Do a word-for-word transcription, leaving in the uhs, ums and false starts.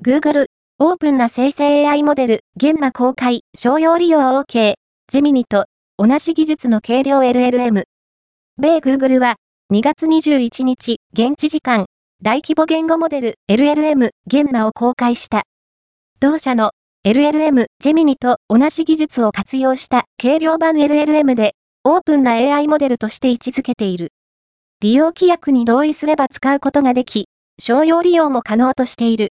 Google、オープンな生成 エーアイ モデル、現場公開、商用利用 OK、ジェミニと同じ技術の軽量 エルエルエム。米 Google はにがつにじゅういちにち、現地時間、大規模言語モデル エルエルエム、現場を公開した。同社の エルエルエム、ジェミニと同じ技術を活用した軽量版 エルエルエム でオープンな エーアイ モデルとして位置づけている。利用規約に同意すれば使うことができ、商用利用も可能としている。